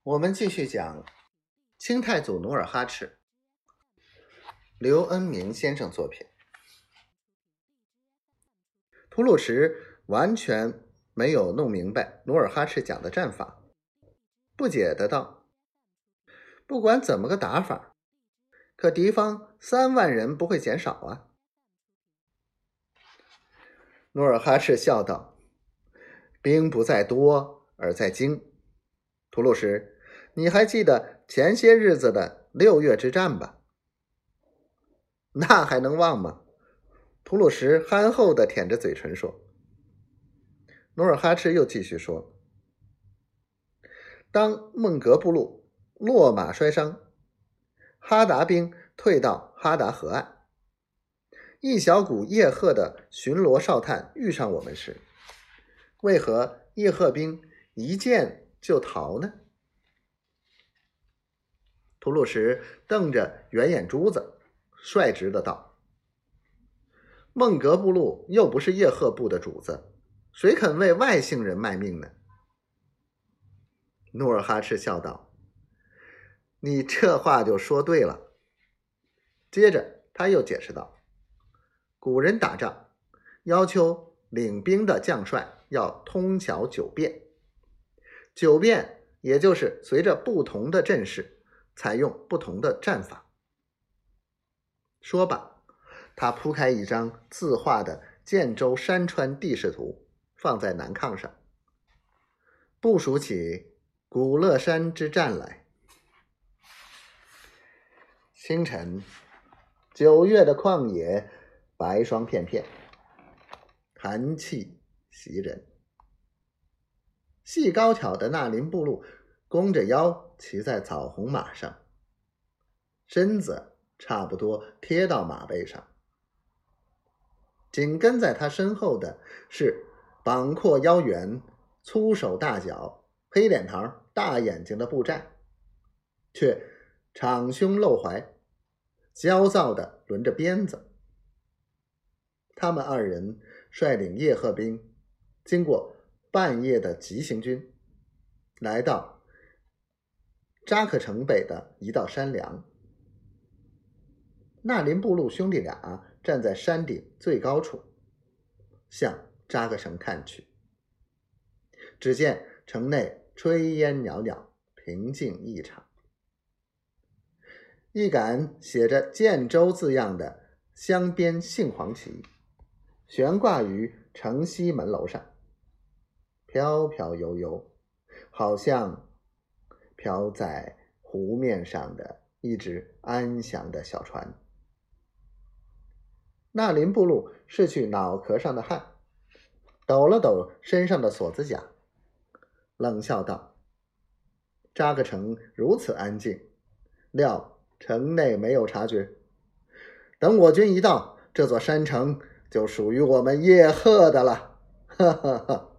我们继续讲清太祖努尔哈赤，刘恩明先生作品。吐鲁什完全没有弄明白努尔哈赤讲的战法，不解的道：不管怎么个打法，可敌方3万人不会减少啊。努尔哈赤笑道：兵不在多而在精。吐鲁什，你还记得前些日子的6月之战吧？那还能忘吗？吐鲁什憨厚地舔着嘴唇说。努尔哈赤又继续说：当孟格布路落马摔伤，哈达兵退到哈达河岸，一小股叶赫的巡逻哨探遇上我们时，为何叶赫兵一见就逃呢？吐鲁什瞪着圆眼珠子，率直的道：孟格布路又不是叶赫部的主子，谁肯为外姓人卖命呢？努尔哈赤笑道：你这话就说对了。接着他又解释道：古人打仗要求领兵的将帅要通晓9变，九变也就是随着不同的阵势采用不同的战法。说罢，他铺开一张自画的建州山川地势图，放在南炕上，部署起古勒山之战来。清晨，9月的旷野白霜片片，寒气袭人。细高挑的纳林布路弓着腰骑在枣红马上，身子差不多贴到马背上。紧跟在他身后的是膀阔腰圆、粗手大脚、黑脸庞、大眼睛的布战，却敞胸露怀，焦躁地轮着鞭子。他们2人率领叶赫兵，经过半夜的急行军，来到扎克城北的一道山梁。纳林布路兄弟俩站在山顶最高处，向扎克城看去。只见城内炊烟袅袅，平静异常。一杆写着建州字样的镶边杏黄旗悬挂于城西门楼上，飘飘悠悠，好像飘在湖面上的一只安详的小船。纳林布路拭去脑壳上的汗，抖了抖身上的锁子甲，冷笑道：扎克城如此安静，料城内没有察觉，等我军一到，这座山城就属于我们叶赫的了。哈哈哈。